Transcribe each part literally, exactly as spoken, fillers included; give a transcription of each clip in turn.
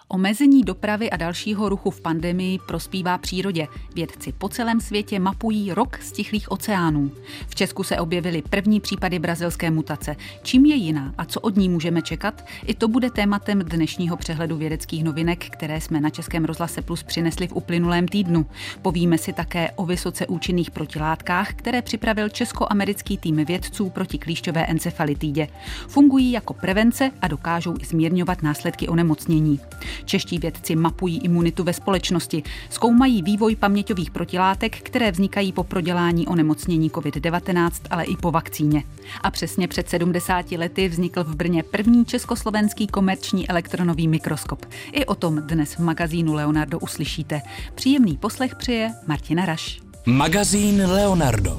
Omezení dopravy a dalšího ruchu v pandemii prospívá přírodě. Vědci po celém světě mapují rok stichlých oceánů. V Česku se objevily první případy brazilské mutace. Čím je jiná a co od ní můžeme čekat? I to bude tématem dnešního přehledu vědeckých novinek, které jsme na Českém rozhlase Plus přinesli v uplynulém týdnu. Povíme si také o vysoce účinných protilátkách, které připravil česko-americký tým vědců proti klíšťové encefalitidě. Fungují jako prevence a dokážou i zmírňovat následky onemocnění. Čeští vědci mapují imunitu ve společnosti, zkoumají vývoj paměťových protilátek, které vznikají po prodělání onemocnění covid devatenáct, ale i po vakcíně. A přesně před sedmdesáti lety vznikl v Brně první československý komerční elektronový mikroskop. I o tom dnes v magazínu Leonardo uslyšíte. Příjemný poslech přeje Martina Raš. Magazín Leonardo.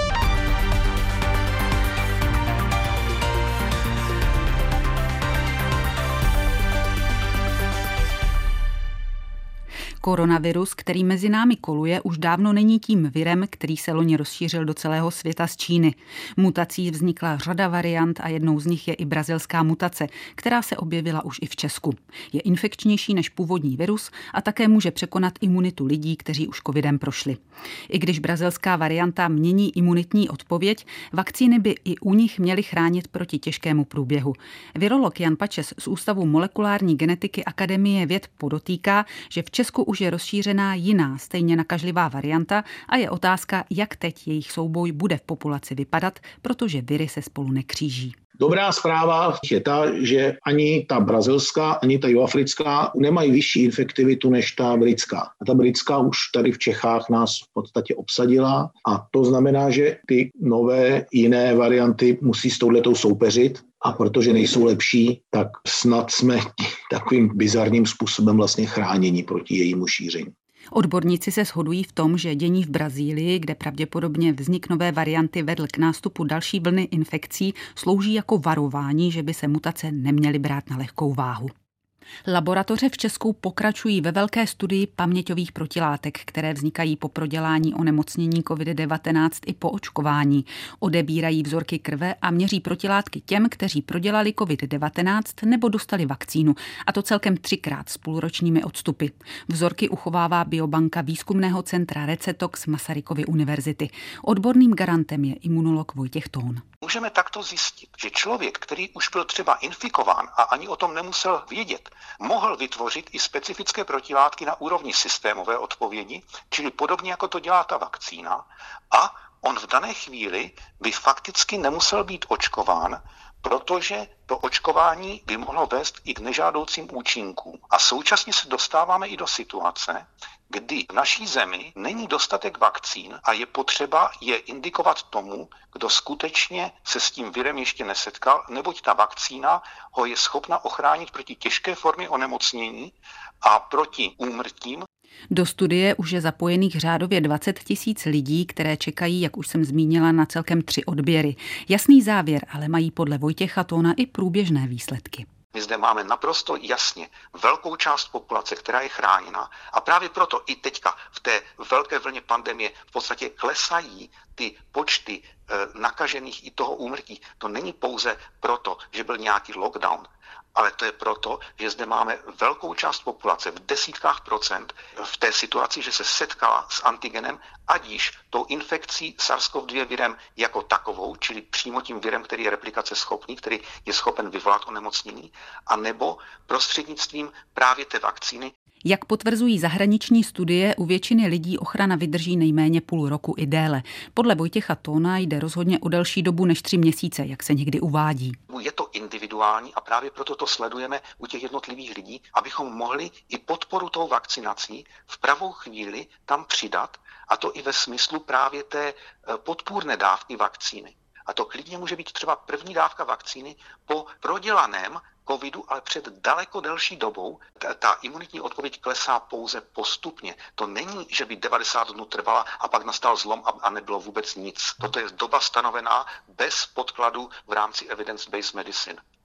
Koronavirus, který mezi námi koluje, už dávno není tím virem, který se loni rozšířil do celého světa z Číny. Mutací vznikla řada variant a jednou z nich je i brazilská mutace, která se objevila už i v Česku. Je infekčnější než původní virus a také může překonat imunitu lidí, kteří už covidem prošli. I když brazilská varianta mění imunitní odpověď, vakcíny by i u nich měly chránit proti těžkému průběhu. Virolog Jan Pačes z Ústavu molekulární genetiky Akademie věd podotýká, že v Česku už je rozšířená jiná, stejně nakažlivá varianta a je otázka, jak teď jejich souboj bude v populaci vypadat, protože viry se spolu nekříží. Dobrá zpráva je ta, že ani ta brazilská, ani ta jihoafrická nemají vyšší infektivitu než ta britská. A ta britská už tady v Čechách nás v podstatě obsadila a to znamená, že ty nové jiné varianty musí s touhletou soupeřit. A protože nejsou lepší, tak snad jsme takovým bizarním způsobem vlastně chráněni proti jejímu šíření. Odborníci se shodují v tom, že dění v Brazílii, kde pravděpodobně vznik nové varianty vedl k nástupu další vlny infekcí, slouží jako varování, že by se mutace neměly brát na lehkou váhu. Laboratoře v Česku pokračují ve velké studii paměťových protilátek, které vznikají po prodělání onemocnění covid devatenáct i po očkování. Odebírají vzorky krve a měří protilátky těm, kteří prodělali covid devatenáct nebo dostali vakcínu, a to celkem třikrát s půlročními odstupy. Vzorky uchovává biobanka výzkumného centra Recetox Masarykovy univerzity. Odborným garantem je imunolog Vojtěch Tón. Můžeme takto zjistit, že člověk, který už byl třeba infikován a ani o tom nemusel vědět, mohl vytvořit i specifické protilátky na úrovni systémové odpovědi, čili podobně jako to dělá ta vakcína, a on v dané chvíli by fakticky nemusel být očkován, protože to očkování by mohlo vést i k nežádoucím účinkům. A současně se dostáváme i do situace, kdy v naší zemi není dostatek vakcín a je potřeba je indikovat tomu, kdo skutečně se s tím virem ještě nesetkal, neboť ta vakcína ho je schopna ochránit proti těžké formě onemocnění a proti úmrtím. Do studie už je zapojených řádově dvacet tisíc lidí, které čekají, jak už jsem zmínila, na celkem tři odběry. Jasný závěr ale mají podle Vojtěcha Tóna i průběžné výsledky. My zde máme naprosto jasně velkou část populace, která je chráněna, a právě proto i teďka v té velké vlně pandemie v podstatě klesají ty počty e, nakažených i toho úmrtí. To není pouze proto, že byl nějaký lockdown, ale to je proto, že zde máme velkou část populace v desítkách procent v té situaci, že se setkala s antigenem, ať již tou infekcí SARS-CoV dva virem jako takovou, čili přímo tím virem, který je replikace schopný, který je schopen vyvolat onemocnění, anebo prostřednictvím právě té vakcíny. Jak potvrzují zahraniční studie, u většiny lidí ochrana vydrží nejméně půl roku i déle. Podle Vojtěcha Tóna jde rozhodně o delší dobu než tři měsíce, jak se někdy uvádí. Je to individuální a právě proto to sledujeme u těch jednotlivých lidí, abychom mohli i podporu tou vakcinací v pravou chvíli tam přidat, a to i ve smyslu právě té podpůrné dávky vakcíny. A to klidně může být třeba první dávka vakcíny po prodělaném covidu, ale před daleko delší dobou. Ta, ta imunitní odpověď klesá pouze postupně. To není, že by devadesát dnů trvala a pak nastal zlom a, a nebylo vůbec nic. Toto je doba stanovená bez podkladu v rámci evidence-based medicine.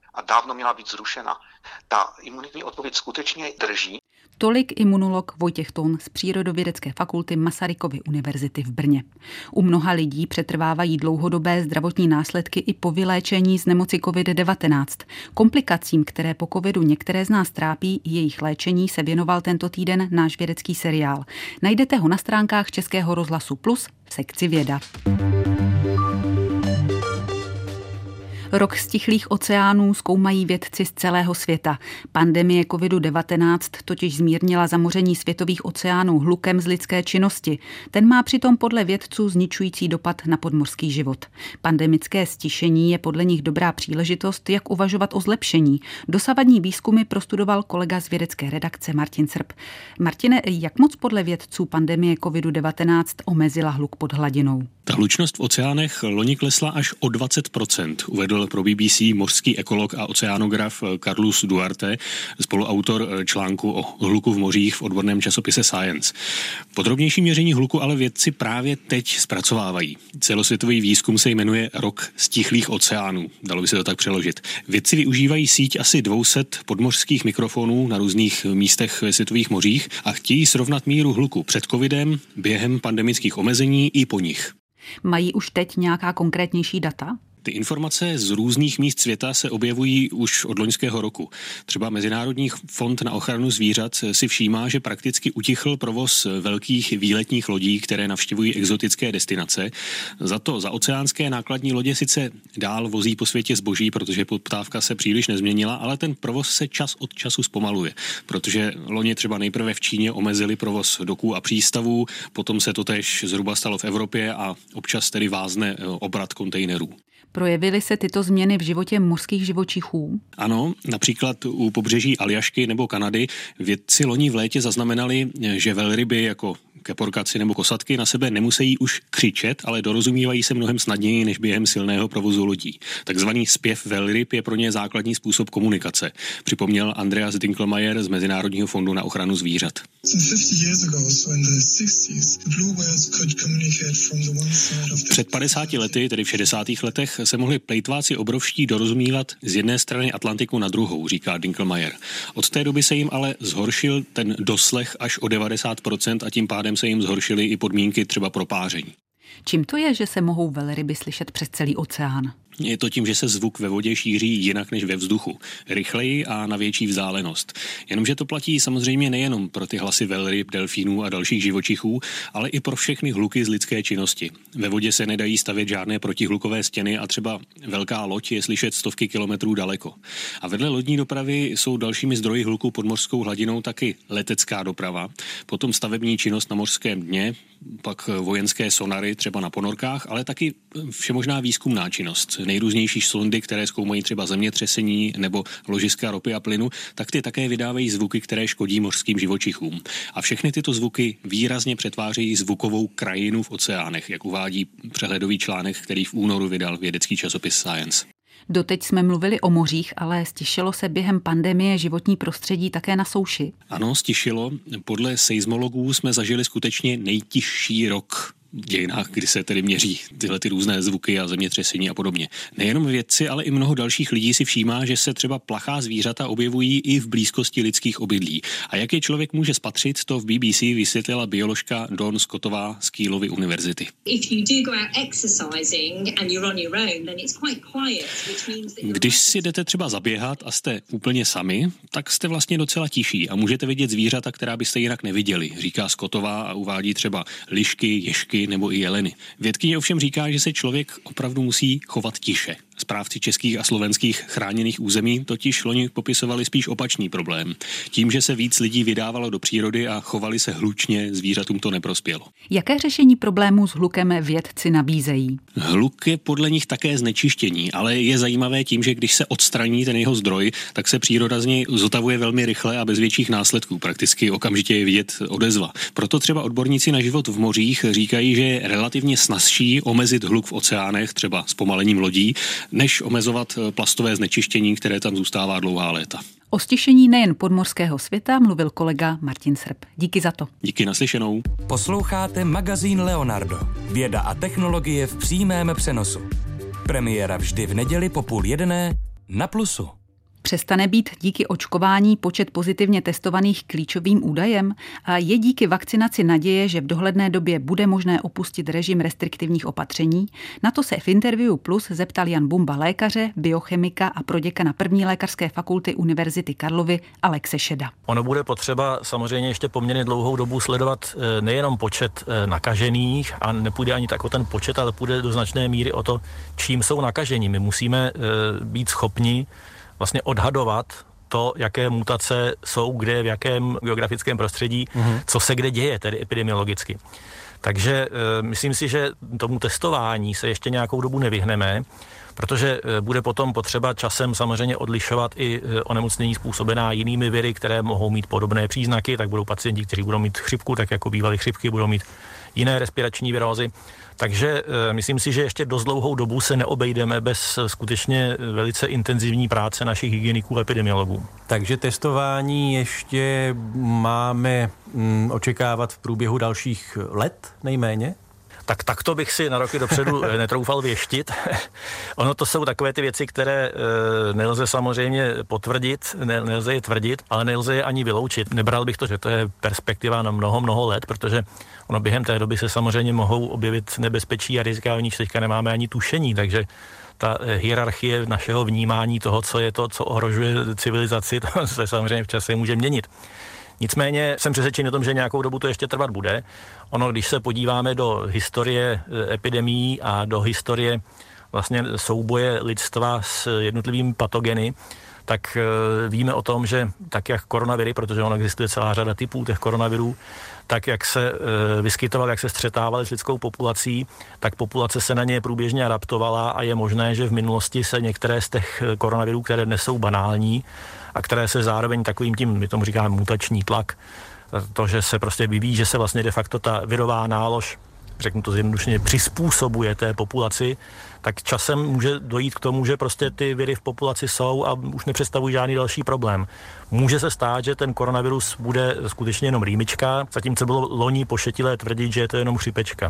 a dávno měla být zrušena. Ta imunitní odpověď skutečně drží. Tolik imunolog Vojtěch Tohn z Přírodovědecké fakulty Masarykovy univerzity v Brně. U mnoha lidí přetrvávají dlouhodobé zdravotní následky i po vyléčení z nemoci covid devatenáct. Komplikacím, které po covidu některé z nás trápí, jejich léčení se věnoval tento týden náš vědecký seriál. Najdete ho na stránkách Českého rozhlasu Plus v sekci Věda. Rok stichlých oceánů zkoumají vědci z celého světa. Pandemie covid devatenáct totiž zmírnila zamoření světových oceánů hlukem z lidské činnosti. Ten má přitom podle vědců zničující dopad na podmořský život. Pandemické stišení je podle nich dobrá příležitost, jak uvažovat o zlepšení. Dosavadní výzkumy prostudoval kolega z vědecké redakce Martin Srb. Martine, jak moc podle vědců pandemie covid devatenáct omezila hluk pod hladinou? Ta hlučnost v oceánech loni klesla až o dvacet procent, uvedl pro B B C mořský ekolog a oceánograf Carlos Duarte, spoluautor článku o hluku v mořích v odborném časopise Science. Podrobnější měření hluku ale vědci právě teď zpracovávají. Celosvětový výzkum se jmenuje Rok stichlých oceánů, dalo by se to tak přeložit. Vědci využívají síť asi dvě stě podmořských mikrofonů na různých místech ve světových mořích a chtějí srovnat míru hluku před covidem, během pandemických omezení i po nich. Mají už teď nějaká konkrétnější data? Ty informace z různých míst světa se objevují už od loňského roku. Třeba Mezinárodní fond na ochranu zvířat si všímá, že prakticky utichl provoz velkých výletních lodí, které navštěvují exotické destinace. Za to za oceánské nákladní lodě sice dál vozí po světě zboží, protože poptávka se příliš nezměnila, ale ten provoz se čas od času zpomaluje, protože loni třeba nejprve v Číně omezili provoz doků a přístavů, potom se to též zhruba stalo v Evropě a občas tedy vázne obrat kontejnerů. Projevily se tyto změny v životě mořských živočichů? Ano, například u pobřeží Aljašky nebo Kanady vědci loni v létě zaznamenali, že velryby jako keporkaci nebo kosatky na sebe nemusí už křičet, ale dorozumívají se mnohem snadněji než během silného provozu lodí. Takzvaný zpěv velryb je pro ně základní způsob komunikace, připomněl Andreas Dinkelmeyer z Mezinárodního fondu na ochranu zvířat. Před padesáti lety, tedy v šedesátých letech, se mohli plejtváci obrovští dorozumívat z jedné strany Atlantiku na druhou, říká Dinkelmeyer. Od té doby se jim ale zhoršil ten doslech až o devadesát procent a tím pádem se jim zhoršily i podmínky třeba pro páření. Čím to je, že se mohou velryby slyšet přes celý oceán? Je to tím, že se zvuk ve vodě šíří jinak než ve vzduchu. Rychleji a na větší vzdálenost. Jenomže to platí samozřejmě nejenom pro ty hlasy velryb, delfínů a dalších živočichů, ale i pro všechny hluky z lidské činnosti. Ve vodě se nedají stavět žádné protihlukové stěny a třeba velká loď je slyšet stovky kilometrů daleko. A vedle lodní dopravy jsou dalšími zdroji hluku pod mořskou hladinou taky letecká doprava, potom stavební činnost na mořském dně, pak vojenské sonary třeba na ponorkách, ale taky všemožná výzkumná činnost. Nejrůznější sondy, které zkoumají třeba zemětřesení nebo ložiska ropy a plynu, tak ty také vydávají zvuky, které škodí mořským živočichům. A všechny tyto zvuky výrazně přetvářejí zvukovou krajinu v oceánech, jak uvádí přehledový článek, který v únoru vydal vědecký časopis Science. Doteď jsme mluvili o mořích, ale stišilo se během pandemie životní prostředí také na souši? Ano, stišilo. Podle seismologů jsme zažili skutečně nejtižší rok v dějinách, kdy se tedy měří tyhle ty různé zvuky a zemětřesení a podobně. Nejenom vědci, ale i mnoho dalších lidí si všímá, že se třeba plachá zvířata objevují i v blízkosti lidských obydlí. A jak je člověk může spatřit, to v B B C vysvětlila bioložka Dawn Scottová z Keelovy univerzity. Když si jdete třeba zaběhat a jste úplně sami, tak jste vlastně docela tiší a můžete vidět zvířata, která byste jinak neviděli, říká Scottová a uvádí třeba lišky, ježky nebo i jeleny. Vědkyně ovšem říká, že se člověk opravdu musí chovat tiše. Správci českých a slovenských chráněných území totiž loni popisovali spíš opačný problém. Tím, že se víc lidí vydávalo do přírody a chovali se hlučně, zvířatům to neprospělo. Jaké řešení problémů s hlukem vědci nabízejí? Hluk je podle nich také znečištění, ale je zajímavé tím, že když se odstraní ten jeho zdroj, tak se příroda z něj zotavuje velmi rychle a bez větších následků. Prakticky okamžitě je vidět odezva. Proto třeba odborníci na život v mořích říkají, že je relativně snazší omezit hluk v oceánech, třeba zpomalením lodí, než omezovat plastové znečištění, které tam zůstává dlouhá léta. O stišení nejen podmořského světa mluvil kolega Martin Srb. Díky za to. Díky, naslyšenou. Posloucháte magazín Leonardo. Věda a technologie v přímém přenosu. Premiéra vždy v neděli po půl jedné na Plusu. Přestane být díky očkování počet pozitivně testovaných klíčovým údajem? A je díky vakcinaci naděje, že v dohledné době bude možné opustit režim restriktivních opatření? Na to se v Interview Plus zeptal Jan Bumba, lékaře, biochemika a proděkana první lékařské fakulty Univerzity Karlovy Alexe Šeda. Ono bude potřeba samozřejmě ještě poměrně dlouhou dobu sledovat nejenom počet nakažených a nepůjde ani tak o ten počet, ale půjde do značné míry o to, čím jsou nakažení. My musíme být schopni vlastně odhadovat to, jaké mutace jsou kde, v jakém geografickém prostředí, mm-hmm. co se kde děje, tedy epidemiologicky. Takže e, myslím si, že tomu testování se ještě nějakou dobu nevyhneme, protože e, bude potom potřeba časem samozřejmě odlišovat i e, onemocnění způsobená jinými viry, které mohou mít podobné příznaky, tak budou pacienti, kteří budou mít chřipku, tak jako bývalý chřipky, budou mít jiné respirační virózy. Takže e, myslím si, že ještě dost dlouhou dobu se neobejdeme bez skutečně velice intenzivní práce našich hygieniků a epidemiologů. Takže testování ještě máme mm, očekávat v průběhu dalších let nejméně? Tak takto bych si na roky dopředu netroufal věštit. Ono to jsou takové ty věci, které e, nelze samozřejmě potvrdit, ne, nelze je tvrdit, ale nelze je ani vyloučit. Nebral bych to, že to je perspektiva na mnoho, mnoho let, protože ono během té doby se samozřejmě mohou objevit nebezpečí a rizika, o nich teďka nemáme ani tušení, takže ta hierarchie našeho vnímání toho, co je to, co ohrožuje civilizaci, to se samozřejmě v čase může měnit. Nicméně jsem přesvědčený o tom, že nějakou dobu to ještě trvat bude. Ono, když se podíváme do historie epidemií a do historie vlastně souboje lidstva s jednotlivými patogeny, tak víme o tom, že tak jak koronaviry, protože ono existuje celá řada typů těch koronavirů, tak jak se vyskytovaly, jak se střetávaly s lidskou populací, tak populace se na ně průběžně adaptovala a je možné, že v minulosti se některé z těch koronavirů, které dnes jsou banální a které se zároveň takovým tím, my tomu říkáme mutační tlak, to, že se prostě vyvíjí, že se vlastně de facto ta virová nálož, řeknu to zjednodušeně, přizpůsobuje té populaci, tak časem může dojít k tomu, že prostě ty viry v populaci jsou a už nepředstavují žádný další problém. Může se stát, že ten koronavirus bude skutečně jenom rýmička, zatímco bylo loni pošetilé tvrdit, že je to jenom chřipečka.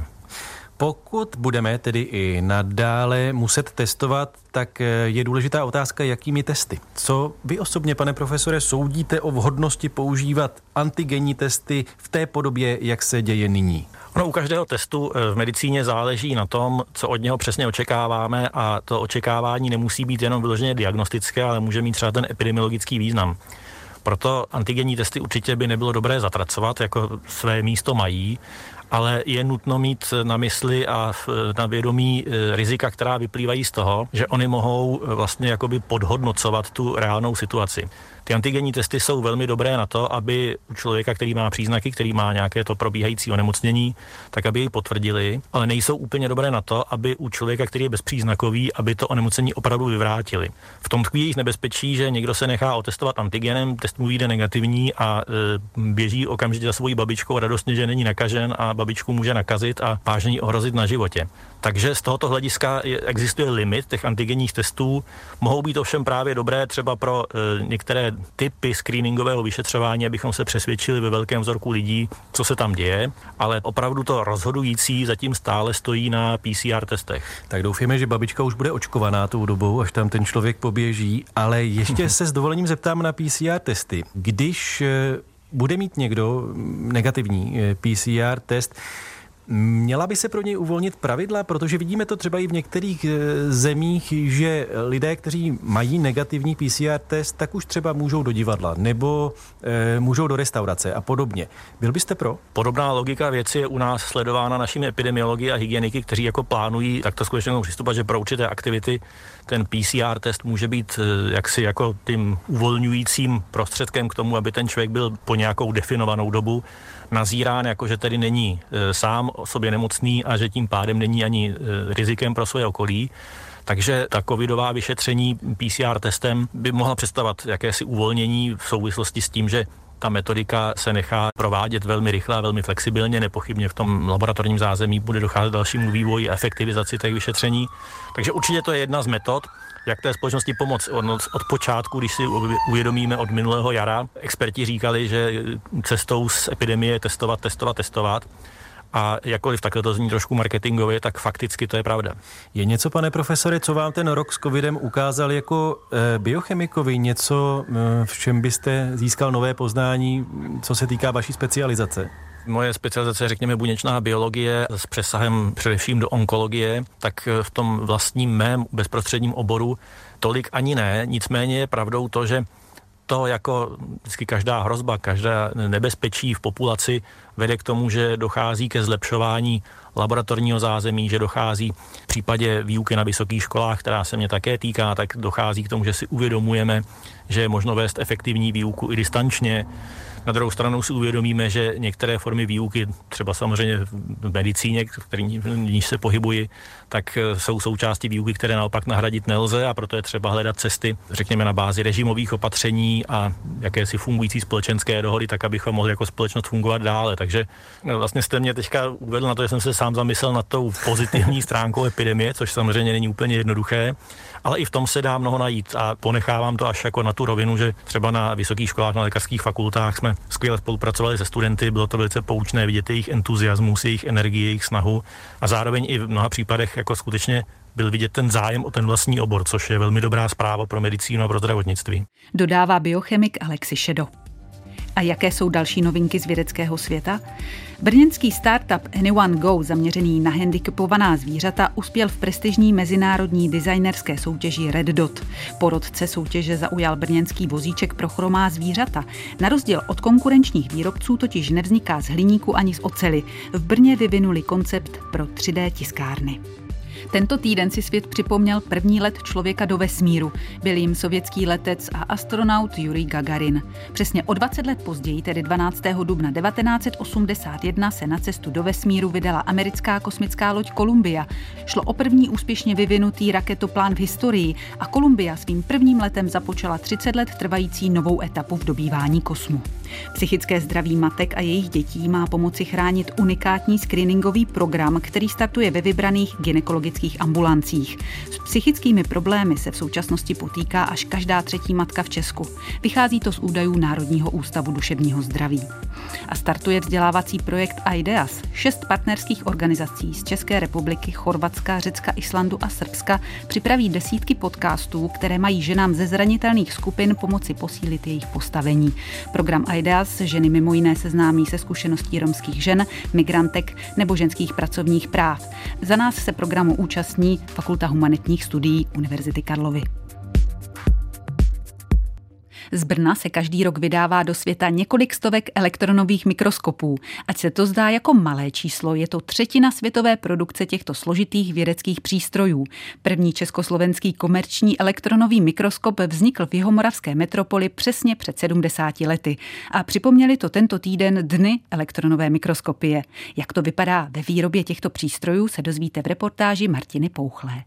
Pokud budeme tedy i nadále muset testovat, tak je důležitá otázka, jakými testy. Co vy osobně, pane profesore, soudíte o vhodnosti používat antigenní testy v té podobě, jak se děje nyní? No, u každého testu v medicíně záleží na tom, co od něho přesně očekáváme a to očekávání nemusí být jenom vyloženě diagnostické, ale může mít třeba ten epidemiologický význam. Proto antigenní testy určitě by nebylo dobré zatracovat, jako své místo mají, ale je nutno mít na mysli a na vědomí rizika, která vyplývají z toho, že oni mohou vlastně jakoby podhodnocovat tu reálnou situaci. Ty antigenní testy jsou velmi dobré na to, aby u člověka, který má příznaky, který má nějaké to probíhající onemocnění, tak aby jej potvrdili, ale nejsou úplně dobré na to, aby u člověka, který je bezpříznakový, aby to onemocnění opravdu vyvrátili. V tom tkví jejich nebezpečí, že někdo se nechá otestovat antigenem, test mu vyjde negativní a e, běží okamžitě za svojí babičkou radostně, že není nakažen a babičku může nakazit a vážně ji ohrozit na životě. Takže z tohoto hlediska je, existuje limit těch antigenních testů. Mohou být ovšem právě dobré třeba pro e, některé typy screeningového vyšetřování, abychom se přesvědčili ve velkém vzorku lidí, co se tam děje, ale opravdu to rozhodující zatím stále stojí na P C R testech. Tak doufíme, že babička už bude očkovaná tou dobou, až tam ten člověk poběží, ale ještě se s dovolením zeptám na P C R testy. Když bude mít někdo negativní P C R test, měla by se pro něj uvolnit pravidla, protože vidíme to třeba i v některých zemích, že lidé, kteří mají negativní P C R test, tak už třeba můžou do divadla nebo e, můžou do restaurace a podobně. Byl byste pro? Podobná logika věci je u nás sledována našimi epidemiology a hygieniky, kteří jako plánují takto skutečně přistupovat, že pro určité aktivity ten P C R test může být jaksi jako tím uvolňujícím prostředkem k tomu, aby ten člověk byl po nějakou definovanou dobu nazírán, jako že tedy není e, sám o sobě nemocný a že tím pádem není ani e, rizikem pro své okolí. Takže ta covidová vyšetření P C R testem by mohla představovat jakési uvolnění v souvislosti s tím, že ta metodika se nechá provádět velmi rychle a velmi flexibilně, nepochybně v tom laboratorním zázemí bude docházet dalšímu vývoji a efektivizaci těch vyšetření. Takže určitě to je jedna z metod, jak té společnosti pomoct od, od počátku, když si uvědomíme od minulého jara. Experti říkali, že cestou z epidemie je testovat, testovat, testovat. A jakkoliv takhle to zní trošku marketingově, tak fakticky to je pravda. Je něco, pane profesore, co vám ten rok s covidem ukázal jako e, biochemikovi, něco, e, v čem byste získal nové poznání, co se týká vaší specializace? Moje specializace, řekněme, buněčná biologie s přesahem především do onkologie, tak v tom vlastním mém bezprostředním oboru tolik ani ne. Nicméně je pravdou to, že to jako vždycky každá hrozba, každá nebezpečí v populaci vede k tomu, že dochází ke zlepšování laboratorního zázemí, že dochází v případě výuky na vysokých školách, která se mě také týká, tak dochází k tomu, že si uvědomujeme, že je možno vést efektivní výuku i distančně. Na druhou stranu si uvědomíme, že některé formy výuky, třeba samozřejmě v medicíně, v níž se pohybuji, tak jsou součástí výuky, které naopak nahradit nelze, a proto je třeba hledat cesty, řekněme, na bázi režimových opatření a jakési fungující společenské dohody, tak abychom mohli jako společnost fungovat dále. Takže vlastně jste mě teďka uvedl na to, že jsem se sám zamyslel nad tou pozitivní stránkou epidemie, což samozřejmě není úplně jednoduché, ale i v tom se dá mnoho najít a ponechávám to až jako na tu rovinu, že třeba na vysokých školách, na lékařských fakultách jsme skvěle spolupracovali se studenty, bylo to velice poučné vidět jejich entuziasmus, jejich energii, jejich snahu a zároveň i v mnoha případech jako skutečně byl vidět ten zájem o ten vlastní obor, což je velmi dobrá zpráva pro medicínu a pro zdravotnictví. Dodává biochemik Alexi Šedo. A jaké jsou další novinky z vědeckého světa? Brněnský startup Anyone Go, zaměřený na handicapovaná zvířata, uspěl v prestižní mezinárodní designerské soutěži Red Dot. Porotce soutěže zaujal brněnský vozíček pro chromá zvířata. Na rozdíl od konkurenčních výrobců totiž nevzniká z hliníku ani z oceli. V Brně vyvinuli koncept pro tři dé tiskárny. Tento týden si svět připomněl první let člověka do vesmíru. Byl jim sovětský letec a astronaut Jurij Gagarin. Přesně o dvacet let později, tedy dvanáctého dubna devatenáct set osmdesát jedna, se na cestu do vesmíru vydala americká kosmická loď Columbia. Šlo o první úspěšně vyvinutý raketoplán v historii a Columbia svým prvním letem započala třicet let trvající novou etapu v dobývání kosmu. Psychické zdraví matek a jejich dětí má pomoci chránit unikátní screeningový program, který startuje ve vybraných gynekologických ambulancích. S psychickými problémy se v současnosti potýká až každá třetí matka v Česku. Vychází to z údajů Národního ústavu duševního zdraví. A startuje vzdělávací projekt IDEAS. Šest partnerských organizací z České republiky, Chorvatska, Řecka, Islandu a Srbska připraví desítky podcastů, které mají ženám ze zranitelných skupin pomoci posílit jejich postavení. Program IDEAS ženy mimo jiné seznámí se zkušeností romských žen, migrantek nebo ženských pracovních práv. Za nás se programu účastní Fakulta humanitních studií Univerzity Karlovy. Z Brna se každý rok vydává do světa několik stovek elektronových mikroskopů. Ať se to zdá jako malé číslo, je to třetina světové produkce těchto složitých vědeckých přístrojů. První československý komerční elektronový mikroskop vznikl v jihomoravské metropoli přesně před sedmdesáti lety. A připomněli to tento týden Dny elektronové mikroskopie. Jak to vypadá ve výrobě těchto přístrojů, se dozvíte v reportáži Martiny Pouchlé.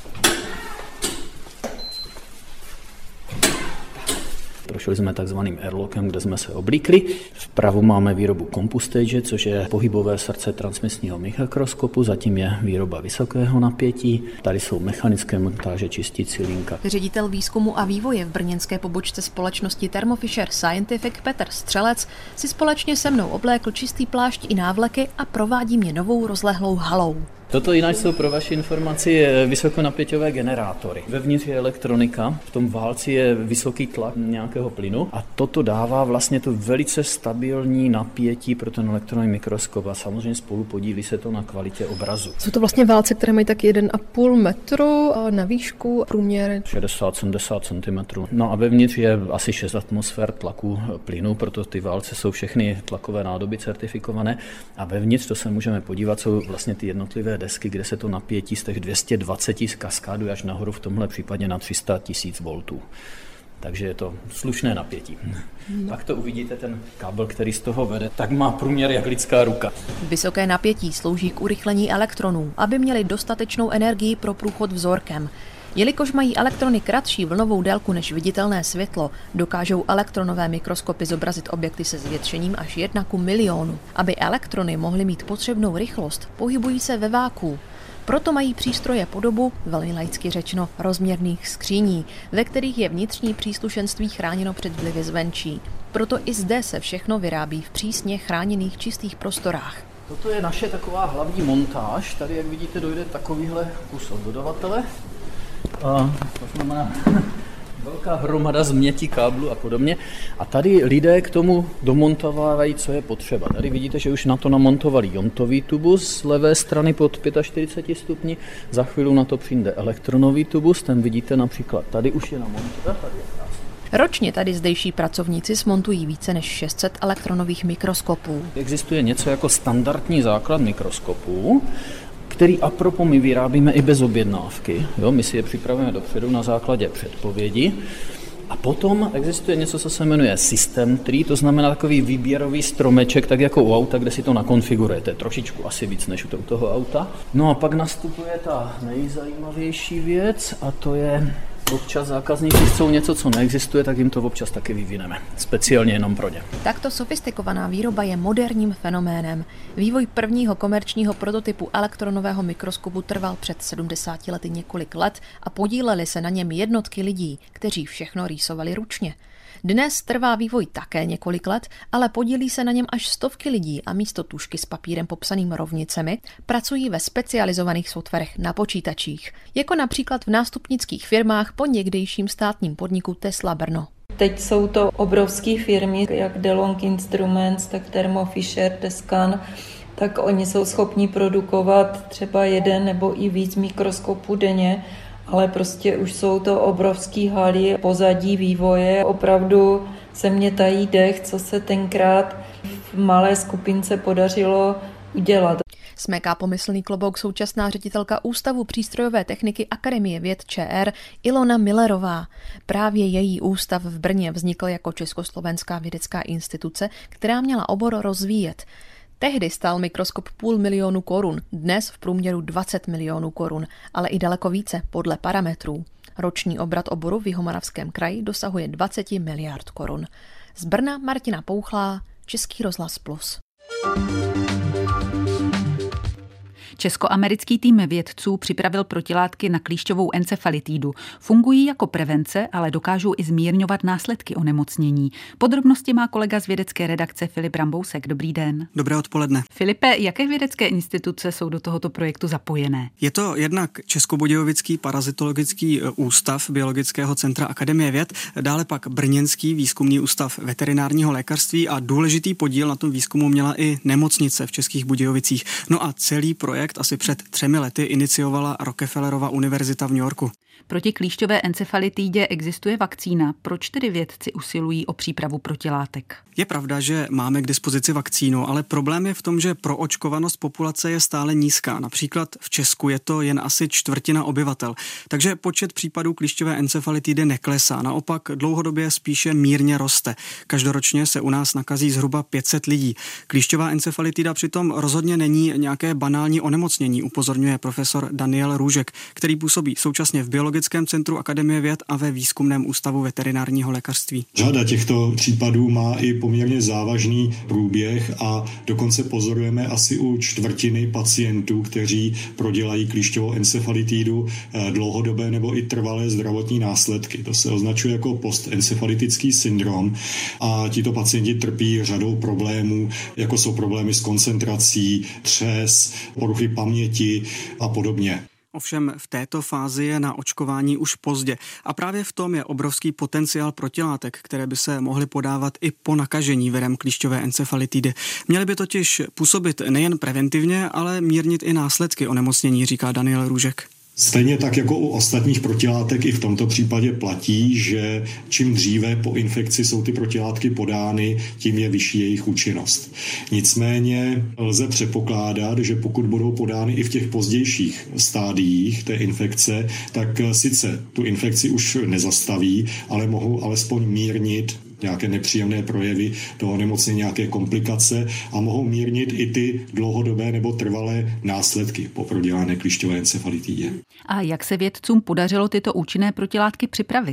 Prošli jsme takzvaným airlockem, kde jsme se oblíkli. Vpravo máme výrobu CompuStage, což je pohybové srdce transmisního mikroskopu, zatím je výroba vysokého napětí. Tady jsou mechanické montáže čistící linka. Ředitel výzkumu a vývoje v brněnské pobočce společnosti Thermo Fisher Scientific Petr Střelec si společně se mnou oblékl čistý plášť i návleky a provádí mě novou rozlehlou halou. Toto jinak jsou pro vaši informaci vysokonapěťové generátory. Vevnitř je elektronika, v tom válci je vysoký tlak nějakého plynu a toto dává vlastně to velice stabilní napětí pro ten elektronový mikroskop a samozřejmě spolu podílí se to na kvalitě obrazu. Jsou to vlastně válce, které mají tak jeden a půl metru a na výšku průměr šedesát sedmdesát centimetrů. No a vevnitř je asi šest atmosfér tlaku plynu, proto ty válce jsou všechny tlakové nádoby certifikované a vevnitř, to se můžeme podívat, jsou vlastně ty jednotlivé desky, kde se to napětí z těch dvě stě dvacet kaskádů až nahoru v tomhle případě na tři sta tisíc voltů. Takže je to slušné napětí. No. Pak to uvidíte, ten kabel, který z toho vede, tak má průměr jak lidská ruka. Vysoké napětí slouží k urychlení elektronů, aby měli dostatečnou energii pro průchod vzorkem. Jelikož mají elektrony kratší vlnovou délku než viditelné světlo, dokážou elektronové mikroskopy zobrazit objekty se zvětšením až jedna ku milionu. Aby elektrony mohly mít potřebnou rychlost, pohybují se ve váku. Proto mají přístroje podobu, velmi laicky řečeno, rozměrných skříní, ve kterých je vnitřní příslušenství chráněno před vlivy zvenčí. Proto i zde se všechno vyrábí v přísně chráněných čistých prostorách. Toto je naše taková hlavní montáž. Tady, jak vidíte, dojde takovýhle kus od dodavatele. A to znamená velká hromada změtí káblu a podobně. A tady lidé k tomu domontovávají, co je potřeba. Tady vidíte, že už na to namontovali jontový tubus z levé strany pod čtyřicet pět stupni. Za chvíli na to přijde elektronový tubus, ten vidíte například tady už je namontovaný. Ročně tady zdejší pracovníci smontují více než šest set elektronových mikroskopů. Existuje něco jako standardní základ mikroskopů, který apropo my vyrábíme i bez objednávky. Jo, my si je připravujeme dopředu na základě předpovědi. A potom existuje něco, co se jmenuje System Tree, to znamená takový výběrový stromeček, tak jako u auta, kde si to nakonfigurujete. Trošičku asi víc než u toho auta. No a pak nastupuje ta nejzajímavější věc a to je občas zákazníci chcou něco, co neexistuje, tak jim to občas taky vyvineme. Speciálně jenom pro ně. Takto sofistikovaná výroba je moderním fenoménem. Vývoj prvního komerčního prototypu elektronového mikroskopu trval před sedmdesáti lety několik let a podíleli se na něm jednotky lidí, kteří všechno rýsovali ručně. Dnes trvá vývoj také několik let, ale podílí se na něm až stovky lidí a místo tužky s papírem popsaným rovnicemi pracují ve specializovaných softwarech na počítačích, jako například v nástupnických firmách po někdejším státním podniku Tesla Brno. Teď jsou to obrovské firmy, jak DeLonghi Instruments, tak Thermo Fisher, Tescan, tak oni jsou schopni produkovat třeba jeden nebo i víc mikroskopů denně, ale prostě už jsou to obrovský haly, pozadí vývoje. Opravdu se mě tají dech, co se tenkrát v malé skupince podařilo udělat. Smeká pomyslný klobouk současná ředitelka Ústavu přístrojové techniky Akademie věd ČR Ilona Millerová. Právě její ústav v Brně vznikl jako československá vědecká instituce, která měla obor rozvíjet. Tehdy stál mikroskop půl milionu korun, dnes v průměru dvacet milionů korun, ale i daleko více podle parametrů. Roční obrat oboru v Jihomoravském kraji dosahuje dvacet miliard korun. Z Brna Martina Pouchlá, Český rozhlas Plus. Českoamerický tým vědců připravil protilátky na klíšťovou encefalitidu. Fungují jako prevence, ale dokážou i zmírňovat následky onemocnění. Podrobnosti má kolega z vědecké redakce Filip Rambousek. Dobrý den. Dobré odpoledne. Filipe, jaké vědecké instituce jsou do tohoto projektu zapojené? Je to jednak Českobudějovický parazitologický ústav Biologického centra Akademie věd, dále pak Brněnský výzkumný ústav veterinárního lékařství a důležitý podíl na tom výzkumu měla i nemocnice v Českých Budějovicích. No a celý projekt asi před třemi lety iniciovala Rockefellerova univerzita v New Yorku. Proti klíšťové encefalitidě existuje vakcína. Proč tedy vědci usilují o přípravu protilátek? Je pravda, že máme k dispozici vakcínu, ale problém je v tom, že proočkovanost populace je stále nízká. Například v Česku je to jen asi čtvrtina obyvatel. Takže počet případů klíšťové encefalitidy neklesá. Naopak dlouhodobě spíše mírně roste. Každoročně se u nás nakazí zhruba pět set lidí. Klíšťová encefalitida přitom rozhodně není nějaké banální onemocnění, upozorňuje profesor Daniel Růžek, který působí současně v Biologickém centru Akademie věd a ve Výzkumném ústavu veterinárního lékařství. Řada těchto případů má i poměrně závažný průběh a dokonce pozorujeme asi u čtvrtiny pacientů, kteří prodělají klíšťovou encefalitidu dlouhodobé nebo i trvalé zdravotní následky. To se označuje jako postencefalitický syndrom a tito pacienti trpí řadou problémů, jako jsou problémy s koncentrací, třes, poruchy paměti a podobně. Ovšem v této fázi je na očkování už pozdě a právě v tom je obrovský potenciál protilátek, které by se mohly podávat i po nakažení virem klíšťové encefalitidy. Měly by totiž působit nejen preventivně, ale mírnit i následky onemocnění, říká Daniel Růžek. Stejně tak jako u ostatních protilátek i v tomto případě platí, že čím dříve po infekci jsou ty protilátky podány, tím je vyšší jejich účinnost. Nicméně lze předpokládat, že pokud budou podány i v těch pozdějších stádiích té infekce, tak sice tu infekci už nezastaví, ale mohou alespoň mírnit nějaké nepříjemné projevy toho nemocně, nějaké komplikace a mohou mírnit i ty dlouhodobé nebo trvalé následky po prodělané klíšťové encefalitidě. A jak se vědcům podařilo tyto účinné protilátky připravit?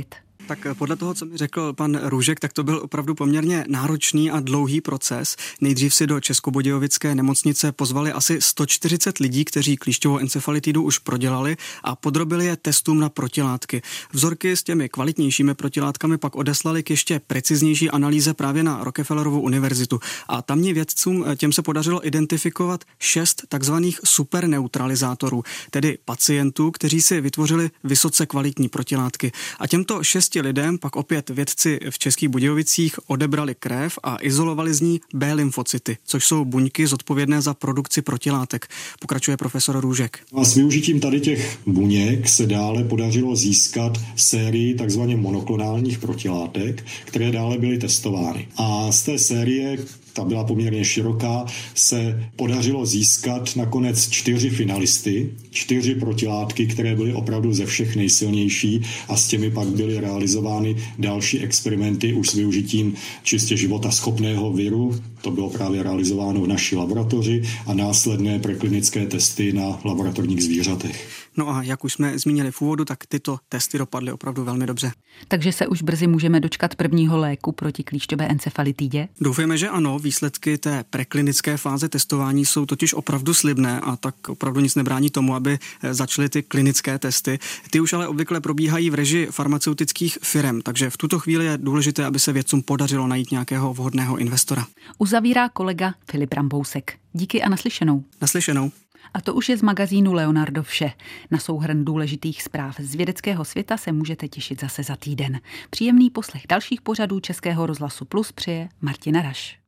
Tak podle toho, co mi řekl pan Růžek, tak to byl opravdu poměrně náročný a dlouhý proces. Nejdřív si do Českobudějovické nemocnice pozvali asi sto čtyřicet lidí, kteří klíšťovou encefalitidu už prodělali a podrobili je testům na protilátky. Vzorky s těmi kvalitnějšími protilátkami pak odeslali k ještě preciznější analýze právě na Rockefellerovu univerzitu. A tamní vědcům těm se podařilo identifikovat šest takzvaných superneutralizátorů, tedy pacientů, kteří si vytvořili vysoce kvalitní protilátky. A těmto šesti lidem pak opět vědci v Českých Budějovicích odebrali krev a izolovali z ní B lymfocyty, což jsou buňky zodpovědné za produkci protilátek. Pokračuje profesor Růžek. A s využitím tady těch buněk se dále podařilo získat sérii takzvaně monoklonálních protilátek, které dále byly testovány. A z té série, ta byla poměrně široká, se podařilo získat nakonec čtyři finalisty, čtyři protilátky, které byly opravdu ze všech nejsilnější a s těmi pak byly realizovány další experimenty už s využitím čistě životaschopného viru. To bylo právě realizováno v naší laboratoři a následné preklinické testy na laboratorních zvířatech. No a jak už jsme zmínili v úvodu, tak tyto testy dopadly opravdu velmi dobře. Takže se už brzy můžeme dočkat prvního léku proti klíšťové encefalitidě? Doufejme, že ano. Výsledky té preklinické fáze testování jsou totiž opravdu slibné a tak opravdu nic nebrání tomu, aby začaly ty klinické testy. Ty už ale obvykle probíhají v režii farmaceutických firem, takže v tuto chvíli je důležité, aby se vědcům podařilo najít nějakého vhodného investora. Uzavírá kolega Filip Rambousek. Díky a naslyšenou. Naslyšenou. A to už je z magazínu Leonardo vše. Na souhrn důležitých zpráv z vědeckého světa se můžete těšit zase za týden. Příjemný poslech dalších pořadů Českého rozhlasu Plus přeje Martina Raš.